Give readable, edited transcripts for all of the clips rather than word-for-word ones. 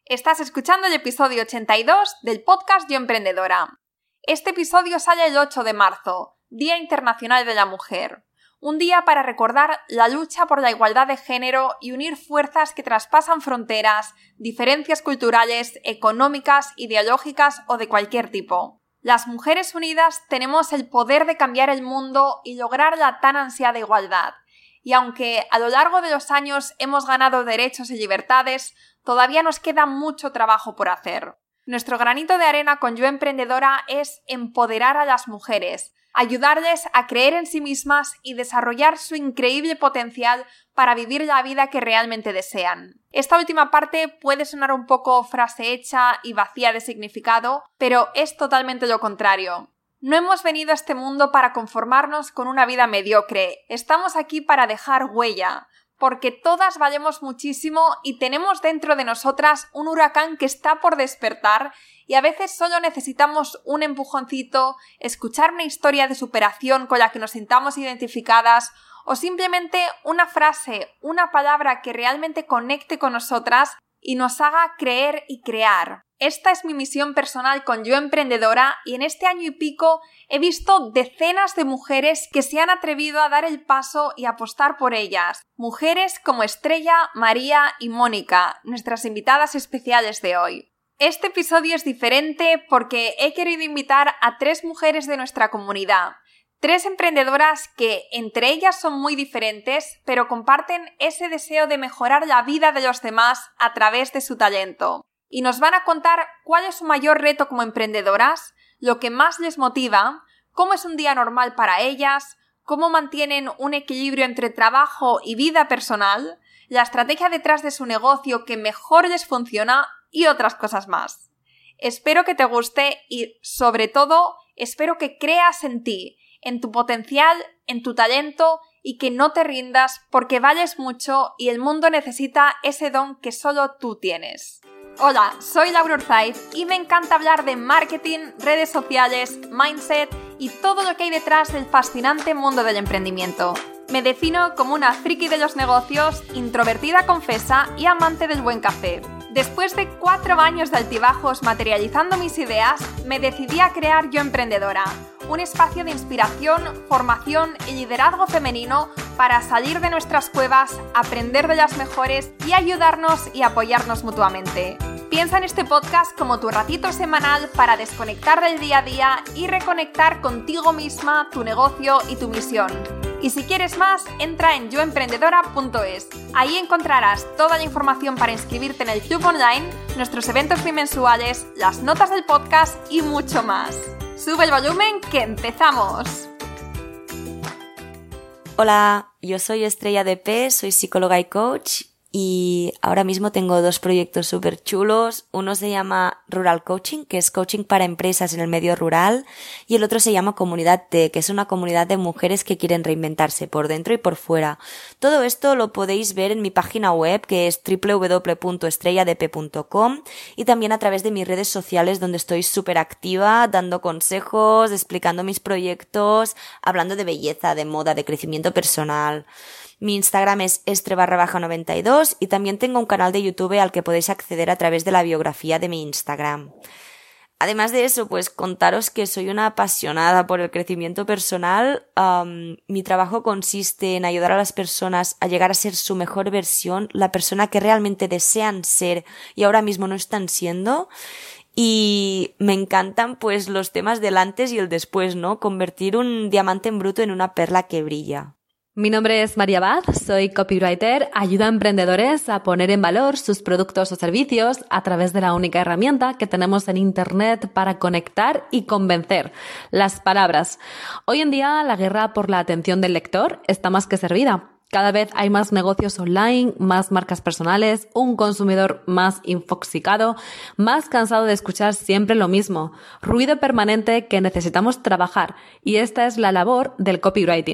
Estás escuchando el episodio 82 del podcast Yo Emprendedora. Este episodio sale el 8 de marzo, Día Internacional de la Mujer. Un día para recordar la lucha por la igualdad de género y unir fuerzas que traspasan fronteras, diferencias culturales, económicas, ideológicas o de cualquier tipo. Las mujeres unidas tenemos el poder de cambiar el mundo y lograr la tan ansiada igualdad. Y aunque a lo largo de los años hemos ganado derechos y libertades, todavía nos queda mucho trabajo por hacer. Nuestro granito de arena con Yo Emprendedora es empoderar a las mujeres, ayudarles a creer en sí mismas y desarrollar su increíble potencial para vivir la vida que realmente desean. Esta última parte puede sonar un poco frase hecha y vacía de significado, pero es totalmente lo contrario. No hemos venido a este mundo para conformarnos con una vida mediocre, estamos aquí para dejar huella, porque todas valemos muchísimo y tenemos dentro de nosotras un huracán que está por despertar y a veces solo necesitamos un empujoncito, escuchar una historia de superación con la que nos sintamos identificadas o simplemente una frase, una palabra que realmente conecte con nosotras y nos haga creer y crear. Esta es mi misión personal con Yo Emprendedora y en este año y pico he visto decenas de mujeres que se han atrevido a dar el paso y apostar por ellas. Mujeres como Estrella, María y Mónica, nuestras invitadas especiales de hoy. Este episodio es diferente porque he querido invitar a 3 mujeres de nuestra comunidad. 3 emprendedoras que entre ellas son muy diferentes, pero comparten ese deseo de mejorar la vida de los demás a través de su talento. Y nos van a contar cuál es su mayor reto como emprendedoras, lo que más les motiva, cómo es un día normal para ellas, cómo mantienen un equilibrio entre trabajo y vida personal, la estrategia detrás de su negocio que mejor les funciona y otras cosas más. Espero que te guste y, sobre todo, espero que creas en ti, en tu potencial, en tu talento y que no te rindas porque vales mucho y el mundo necesita ese don que solo tú tienes. Hola, soy Laura Orzaiz y me encanta hablar de marketing, redes sociales, mindset y todo lo que hay detrás del fascinante mundo del emprendimiento. Me defino como una friki de los negocios, introvertida confesa y amante del buen café. Después de 4 años de altibajos materializando mis ideas, me decidí a crear Yo Emprendedora, un espacio de inspiración, formación y liderazgo femenino para salir de nuestras cuevas, aprender de las mejores y ayudarnos y apoyarnos mutuamente. Piensa en este podcast como tu ratito semanal para desconectar del día a día y reconectar contigo misma, tu negocio y tu misión. Y si quieres más, entra en yoemprendedora.es. Ahí encontrarás toda la información para inscribirte en el club online, nuestros eventos bimensuales, las notas del podcast y mucho más. ¡Sube el volumen que empezamos! Hola, yo soy Estrella de P, soy psicóloga y coach y ahora mismo tengo 2 proyectos súper chulos. Uno se llama Rural Coaching, que es coaching para empresas en el medio rural, y el otro se llama Comunidad T, que es una comunidad de mujeres que quieren reinventarse por dentro y por fuera. Todo esto lo podéis ver en mi página web, que es www.estrelladp.com, y también a través de mis redes sociales, donde estoy súper activa, dando consejos, explicando mis proyectos, hablando de belleza, de moda, de crecimiento personal. Mi Instagram es estre_92 y también tengo un canal de YouTube al que podéis acceder a través de la biografía de mi Instagram. Además de eso, pues contaros que soy una apasionada por el crecimiento personal. Mi trabajo consiste en ayudar a las personas a llegar a ser su mejor versión, la persona que realmente desean ser y ahora mismo no están siendo. Y me encantan pues los temas del antes y el después, ¿no? Convertir un diamante en bruto en una perla que brilla. Mi nombre es María Abad, soy copywriter, ayudo a emprendedores a poner en valor sus productos o servicios a través de la única herramienta que tenemos en Internet para conectar y convencer, las palabras. Hoy en día la guerra por la atención del lector está más que servida. Cada vez hay más negocios online, más marcas personales, un consumidor más infoxicado, más cansado de escuchar siempre lo mismo, ruido permanente que necesitamos trabajar, y esta es la labor del copywriting.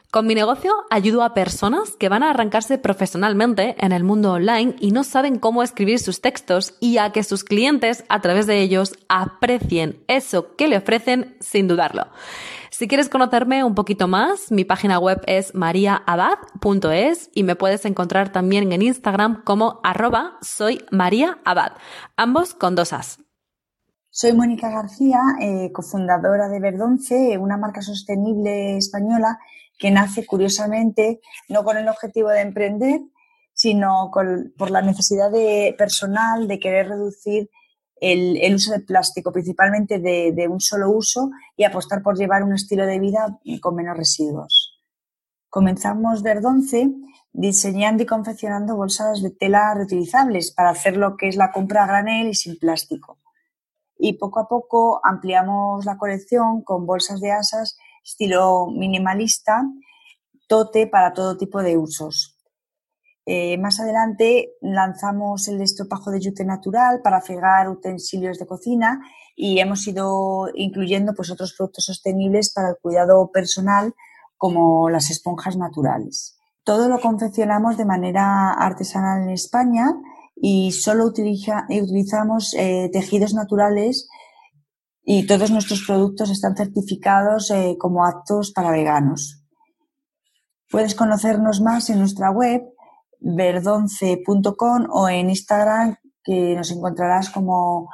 Con mi negocio ayudo a personas que van a arrancarse profesionalmente en el mundo online y no saben cómo escribir sus textos y a que sus clientes a través de ellos aprecien eso que le ofrecen sin dudarlo. Si quieres conocerme un poquito más, mi página web es mariaabad.es y me puedes encontrar también en Instagram como @soymariaabad, ambos con 2 as. Soy Mónica García, cofundadora de Verdonce, una marca sostenible española que nace curiosamente no con el objetivo de emprender, sino por la necesidad personal de querer reducir el uso de plástico, principalmente de un solo uso, y apostar por llevar un estilo de vida con menos residuos. Comenzamos Verdonce diseñando y confeccionando bolsas de tela reutilizables para hacer lo que es la compra a granel y sin plástico. Y poco a poco ampliamos la colección con bolsas de asas estilo minimalista, tote para todo tipo de usos. Más adelante lanzamos el estropajo de yute natural para fregar utensilios de cocina y hemos ido incluyendo pues, otros productos sostenibles para el cuidado personal como las esponjas naturales. Todo lo confeccionamos de manera artesanal en España y solo utilizamos tejidos naturales y todos nuestros productos están certificados como aptos para veganos. Puedes conocernos más en nuestra web verdonce.com o en Instagram, que nos encontrarás como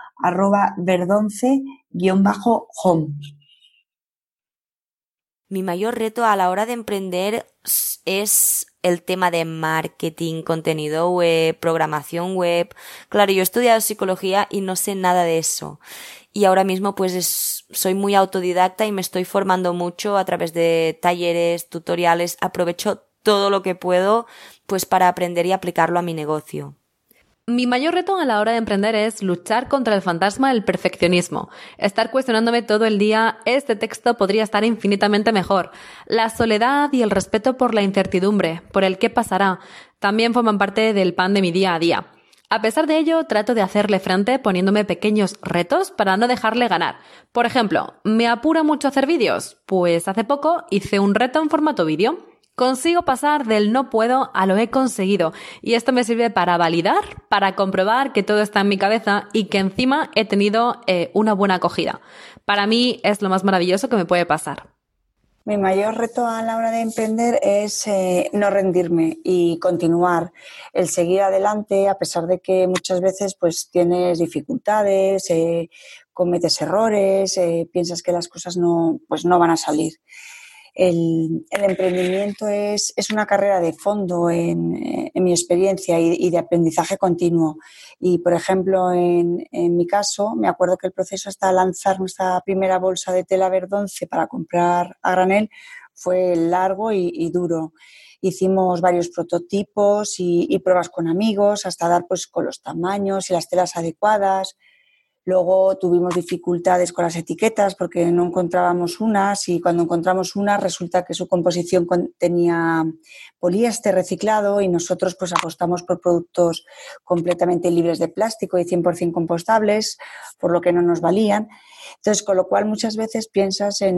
@verdonce_home. Mi mayor reto a la hora de emprender es el tema de marketing, contenido web, programación web. Claro, yo he estudiado psicología y no sé nada de eso. Y ahora mismo pues soy muy autodidacta y me estoy formando mucho a través de talleres, tutoriales. Aprovecho todo lo que puedo pues para aprender y aplicarlo a mi negocio. Mi mayor reto a la hora de emprender es luchar contra el fantasma del perfeccionismo. Estar cuestionándome todo el día, este texto podría estar infinitamente mejor. La soledad y el respeto por la incertidumbre, por el qué pasará, también forman parte del pan de mi día a día. A pesar de ello, trato de hacerle frente poniéndome pequeños retos para no dejarle ganar. Por ejemplo, ¿me apura mucho hacer vídeos? Pues hace poco hice un reto en formato vídeo. Consigo pasar del no puedo a lo he conseguido y esto me sirve para validar, para comprobar que todo está en mi cabeza y que encima he tenido una buena acogida. Para mí es lo más maravilloso que me puede pasar. Mi mayor reto a la hora de emprender es no rendirme y continuar, el seguir adelante a pesar de que muchas veces pues tienes dificultades, cometes errores, piensas que las cosas no van a salir. El emprendimiento es una carrera de fondo en mi experiencia y de aprendizaje continuo. Y, por ejemplo, en mi caso, me acuerdo que el proceso hasta lanzar nuestra primera bolsa de tela Verdonce para comprar a granel fue largo y duro. Hicimos varios prototipos y pruebas con amigos hasta dar pues, con los tamaños y las telas adecuadas. Luego tuvimos dificultades con las etiquetas porque no encontrábamos unas y cuando encontramos unas resulta que su composición tenía poliéster reciclado y nosotros pues apostamos por productos completamente libres de plástico y 100% compostables, por lo que no nos valían. Entonces, con lo cual muchas veces piensas en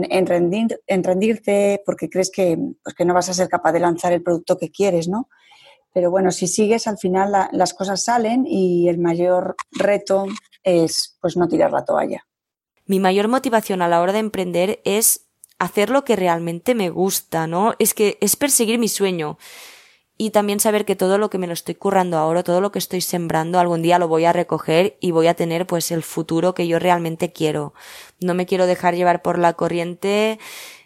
rendirte porque crees que no vas a ser capaz de lanzar el producto que quieres, ¿no? Pero bueno, si sigues, al final las cosas salen y el mayor reto es pues no tirar la toalla. Mi mayor motivación a la hora de emprender es hacer lo que realmente me gusta, ¿no? Es que es perseguir mi sueño y también saber que todo lo que me lo estoy currando ahora, todo lo que estoy sembrando, algún día lo voy a recoger y voy a tener pues el futuro que yo realmente quiero. No me quiero dejar llevar por la corriente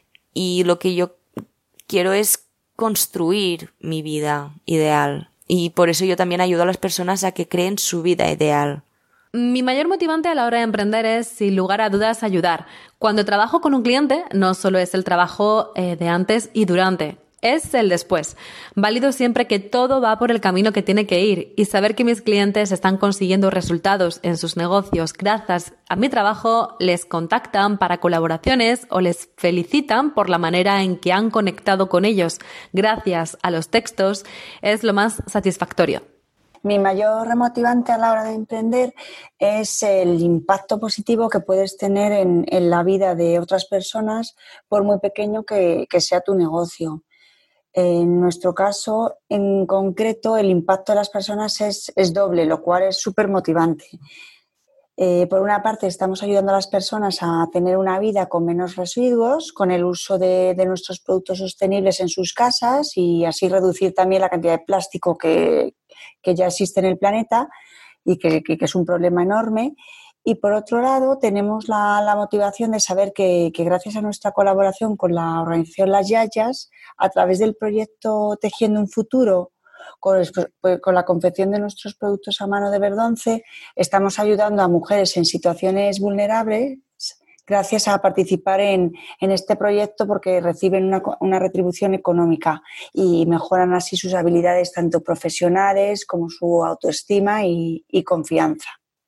y lo que yo quiero es construir mi vida ideal y por eso yo también ayudo a las personas a que creen su vida ideal. Mi mayor motivante a la hora de emprender es, sin lugar a dudas, ayudar. Cuando trabajo con un cliente, no solo es el trabajo de antes y durante, es el después. Valido siempre que todo va por el camino que tiene que ir y saber que mis clientes están consiguiendo resultados en sus negocios gracias a mi trabajo, les contactan para colaboraciones o les felicitan por la manera en que han conectado con ellos gracias a los textos, es lo más satisfactorio. Mi mayor motivante a la hora de emprender es el impacto positivo que puedes tener en la vida de otras personas, por muy pequeño que sea tu negocio. En nuestro caso, en concreto, el impacto de las personas es doble, lo cual es súper motivante. Por una parte, estamos ayudando a las personas a tener una vida con menos residuos, con el uso de nuestros productos sostenibles en sus casas y así reducir también la cantidad de plástico que ya existe en el planeta y que es un problema enorme. Y por otro lado, tenemos la motivación de saber que gracias a nuestra colaboración con la organización Las Yayas, a través del proyecto Tejiendo un Futuro, con la confección de nuestros productos a mano de Verdonce, estamos ayudando a mujeres en situaciones vulnerables gracias a participar en este proyecto porque reciben una retribución económica y mejoran así sus habilidades tanto profesionales como su autoestima y confianza.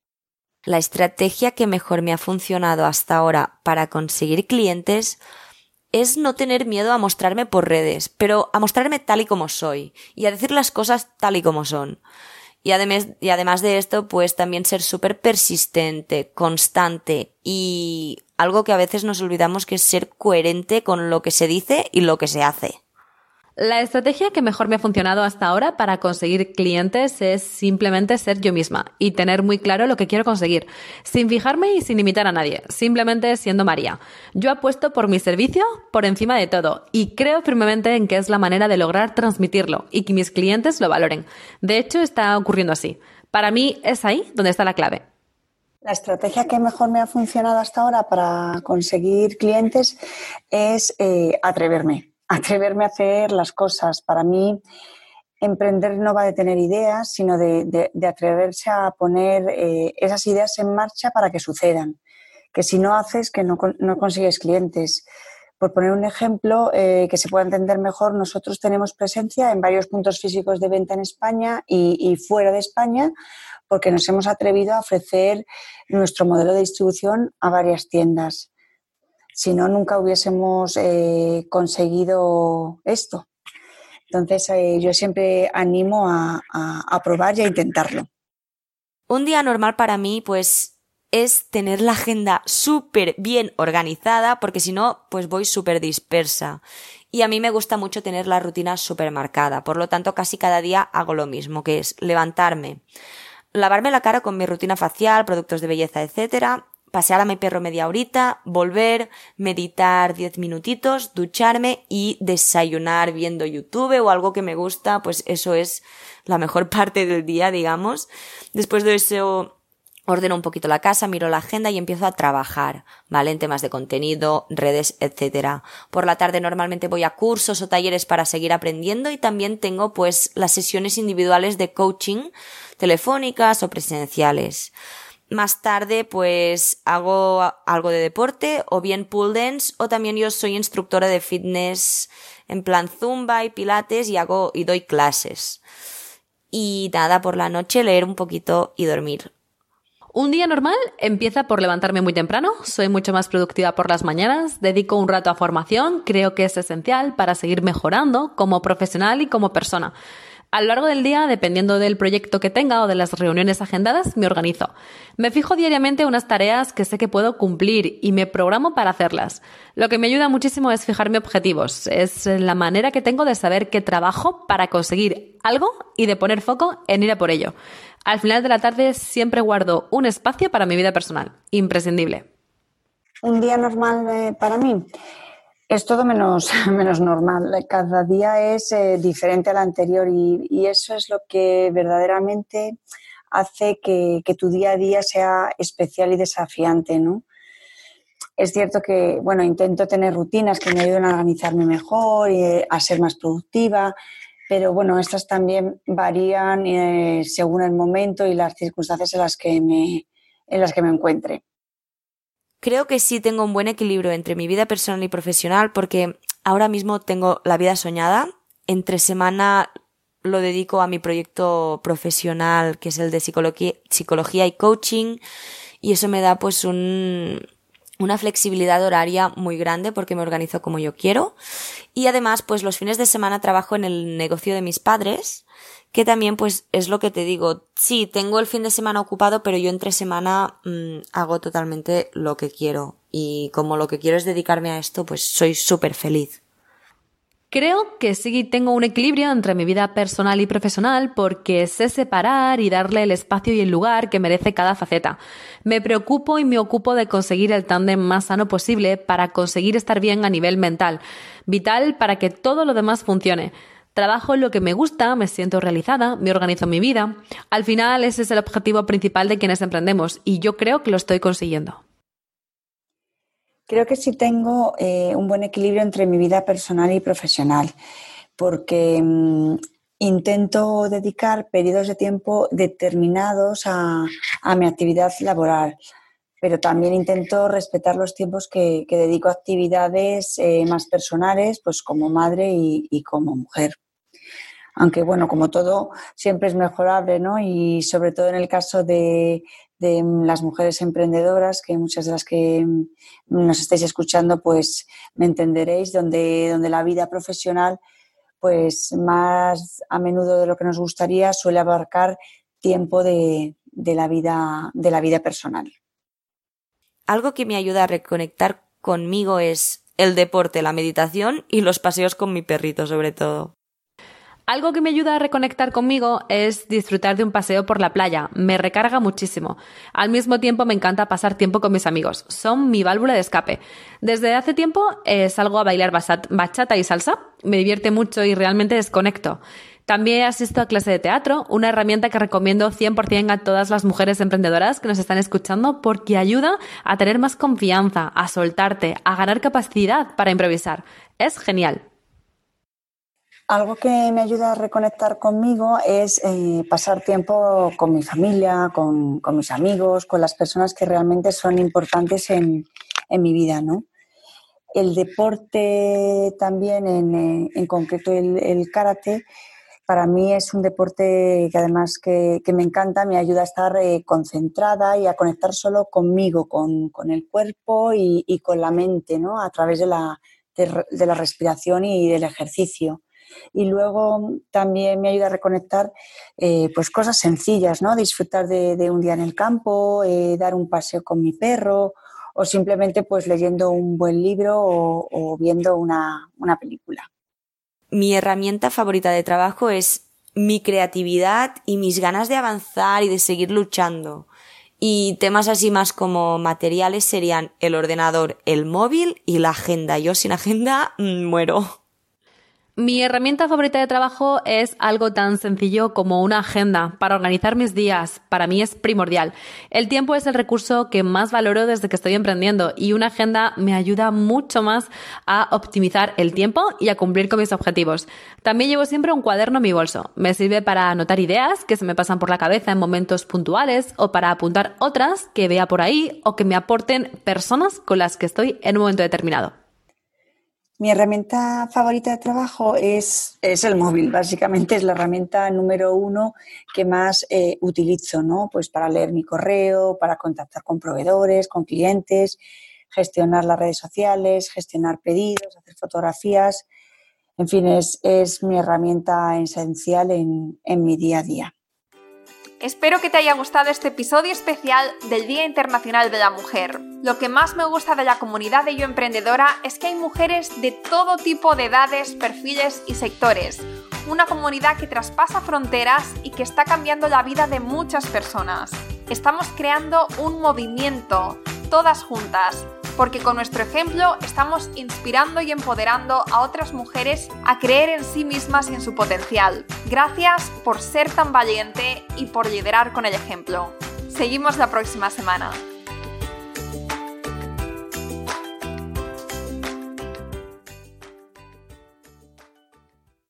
La estrategia que mejor me ha funcionado hasta ahora para conseguir clientes es no tener miedo a mostrarme por redes, pero a mostrarme tal y como soy y a decir las cosas tal y como son. Y además de esto, pues también ser súper persistente, constante y algo que a veces nos olvidamos, que es ser coherente con lo que se dice y lo que se hace. La estrategia que mejor me ha funcionado hasta ahora para conseguir clientes es simplemente ser yo misma y tener muy claro lo que quiero conseguir, sin fijarme y sin imitar a nadie, simplemente siendo María. Yo apuesto por mi servicio por encima de todo y creo firmemente en que es la manera de lograr transmitirlo y que mis clientes lo valoren. De hecho, está ocurriendo así. Para mí es ahí donde está la clave. La estrategia que mejor me ha funcionado hasta ahora para conseguir clientes es atreverme a hacer las cosas. Para mí, emprender no va de tener ideas, sino de atreverse a poner esas ideas en marcha para que sucedan. Que si no haces, que no consigues clientes. Por poner un ejemplo que se pueda entender mejor, nosotros tenemos presencia en varios puntos físicos de venta en España y fuera de España, porque nos hemos atrevido a ofrecer nuestro modelo de distribución a varias tiendas. Si no, nunca hubiésemos conseguido esto. Entonces, yo siempre animo a probar y a intentarlo. Un día normal para mí, pues, es tener la agenda súper bien organizada, porque si no, pues voy súper dispersa. Y a mí me gusta mucho tener la rutina súper marcada. Por lo tanto, casi cada día hago lo mismo, que es levantarme, lavarme la cara con mi rutina facial, productos de belleza, etcétera, pasear a mi perro media horita, volver, meditar 10 minutitos, ducharme y desayunar viendo YouTube o algo que me gusta, pues eso es la mejor parte del día, digamos. Después de eso ordeno un poquito la casa, miro la agenda y empiezo a trabajar, ¿vale? En temas de contenido, redes, etcétera. Por la tarde normalmente voy a cursos o talleres para seguir aprendiendo y también tengo pues las sesiones individuales de coaching, telefónicas o presenciales. Más tarde pues hago algo de deporte o bien pole dance, o también yo soy instructora de fitness en plan zumba y pilates y doy clases. Y nada, por la noche leer un poquito y dormir. Un día normal empieza por levantarme muy temprano, soy mucho más productiva por las mañanas, dedico un rato a formación, creo que es esencial para seguir mejorando como profesional y como persona. A lo largo del día, dependiendo del proyecto que tenga o de las reuniones agendadas, me organizo. Me fijo diariamente unas tareas que sé que puedo cumplir y me programo para hacerlas. Lo que me ayuda muchísimo es fijarme objetivos. Es la manera que tengo de saber que trabajo para conseguir algo y de poner foco en ir a por ello. Al final de la tarde siempre guardo un espacio para mi vida personal. Imprescindible. Un día normal para mí es todo menos normal. Cada día es diferente al anterior y eso es lo que verdaderamente hace que tu día a día sea especial y desafiante, ¿no? Es cierto que, bueno, intento tener rutinas que me ayuden a organizarme mejor y a ser más productiva, pero bueno, estas también varían según el momento y las circunstancias en las que me encuentre. Creo que sí tengo un buen equilibrio entre mi vida personal y profesional, porque ahora mismo tengo la vida soñada. Entre semana lo dedico a mi proyecto profesional, que es el de psicología y coaching, y eso me da pues una flexibilidad horaria muy grande porque me organizo como yo quiero. Y además pues los fines de semana trabajo en el negocio de mis padres, que también pues es lo que te digo, sí, tengo el fin de semana ocupado, pero yo entre semana hago totalmente lo que quiero, y como lo que quiero es dedicarme a esto, pues soy súper feliz. Creo que sí tengo un equilibrio entre mi vida personal y profesional porque sé separar y darle el espacio y el lugar que merece cada faceta. Me preocupo y me ocupo de conseguir el tándem más sano posible para conseguir estar bien a nivel mental, vital para que todo lo demás funcione. Trabajo en lo que me gusta, me siento realizada, me organizo mi vida. Al final ese es el objetivo principal de quienes emprendemos y yo creo que lo estoy consiguiendo. Creo que sí tengo un buen equilibrio entre mi vida personal y profesional, porque intento dedicar periodos de tiempo determinados a mi actividad laboral, pero también intento respetar los tiempos que dedico a actividades más personales, pues como madre y como mujer. Aunque, bueno, como todo, siempre es mejorable, ¿no? Y sobre todo en el caso de las mujeres emprendedoras, que muchas de las que nos estáis escuchando, pues me entenderéis, donde la vida profesional, pues más a menudo de lo que nos gustaría, suele abarcar tiempo de la vida personal. Algo que me ayuda a reconectar conmigo es el deporte, la meditación y los paseos con mi perrito, sobre todo. Algo que me ayuda a reconectar conmigo es disfrutar de un paseo por la playa. Me recarga muchísimo. Al mismo tiempo me encanta pasar tiempo con mis amigos. Son mi válvula de escape. Desde hace tiempo salgo a bailar bachata y salsa. Me divierte mucho y realmente desconecto. También asisto a clase de teatro, una herramienta que recomiendo 100% a todas las mujeres emprendedoras que nos están escuchando porque ayuda a tener más confianza, a soltarte, a ganar capacidad para improvisar. Es genial. Algo que me ayuda a reconectar conmigo es pasar tiempo con mi familia, con mis amigos, con las personas que realmente son importantes en mi vida, ¿no? El deporte también, en concreto el karate, para mí es un deporte que además que me encanta, me ayuda a estar concentrada y a conectar solo conmigo, con el cuerpo y con la mente, ¿no? A través de la respiración y del ejercicio. Y luego también me ayuda a reconectar pues cosas sencillas, ¿no? Disfrutar de un día en el campo, dar un paseo con mi perro o simplemente pues leyendo un buen libro o viendo una película. Mi herramienta favorita de trabajo es mi creatividad y mis ganas de avanzar y de seguir luchando. Y temas así más como materiales serían el ordenador, el móvil y la agenda. Yo sin agenda muero. Mi herramienta favorita de trabajo es algo tan sencillo como una agenda para organizar mis días. Para mí es primordial. El tiempo es el recurso que más valoro desde que estoy emprendiendo y una agenda me ayuda mucho más a optimizar el tiempo y a cumplir con mis objetivos. También llevo siempre un cuaderno en mi bolso. Me sirve para anotar ideas que se me pasan por la cabeza en momentos puntuales o para apuntar otras que vea por ahí o que me aporten personas con las que estoy en un momento determinado. Mi herramienta favorita de trabajo es el móvil. Básicamente es la herramienta número 1 que más utilizo, ¿no? Pues para leer mi correo, para contactar con proveedores, con clientes, gestionar las redes sociales, gestionar pedidos, hacer fotografías. En fin, es mi herramienta esencial en mi día a día. Espero que te haya gustado este episodio especial del Día Internacional de la Mujer. Lo que más me gusta de la comunidad de Yo Emprendedora es que hay mujeres de todo tipo de edades, perfiles y sectores. Una comunidad que traspasa fronteras y que está cambiando la vida de muchas personas. Estamos creando un movimiento, todas juntas, porque con nuestro ejemplo estamos inspirando y empoderando a otras mujeres a creer en sí mismas y en su potencial. Gracias por ser tan valiente y por liderar con el ejemplo. Seguimos la próxima semana.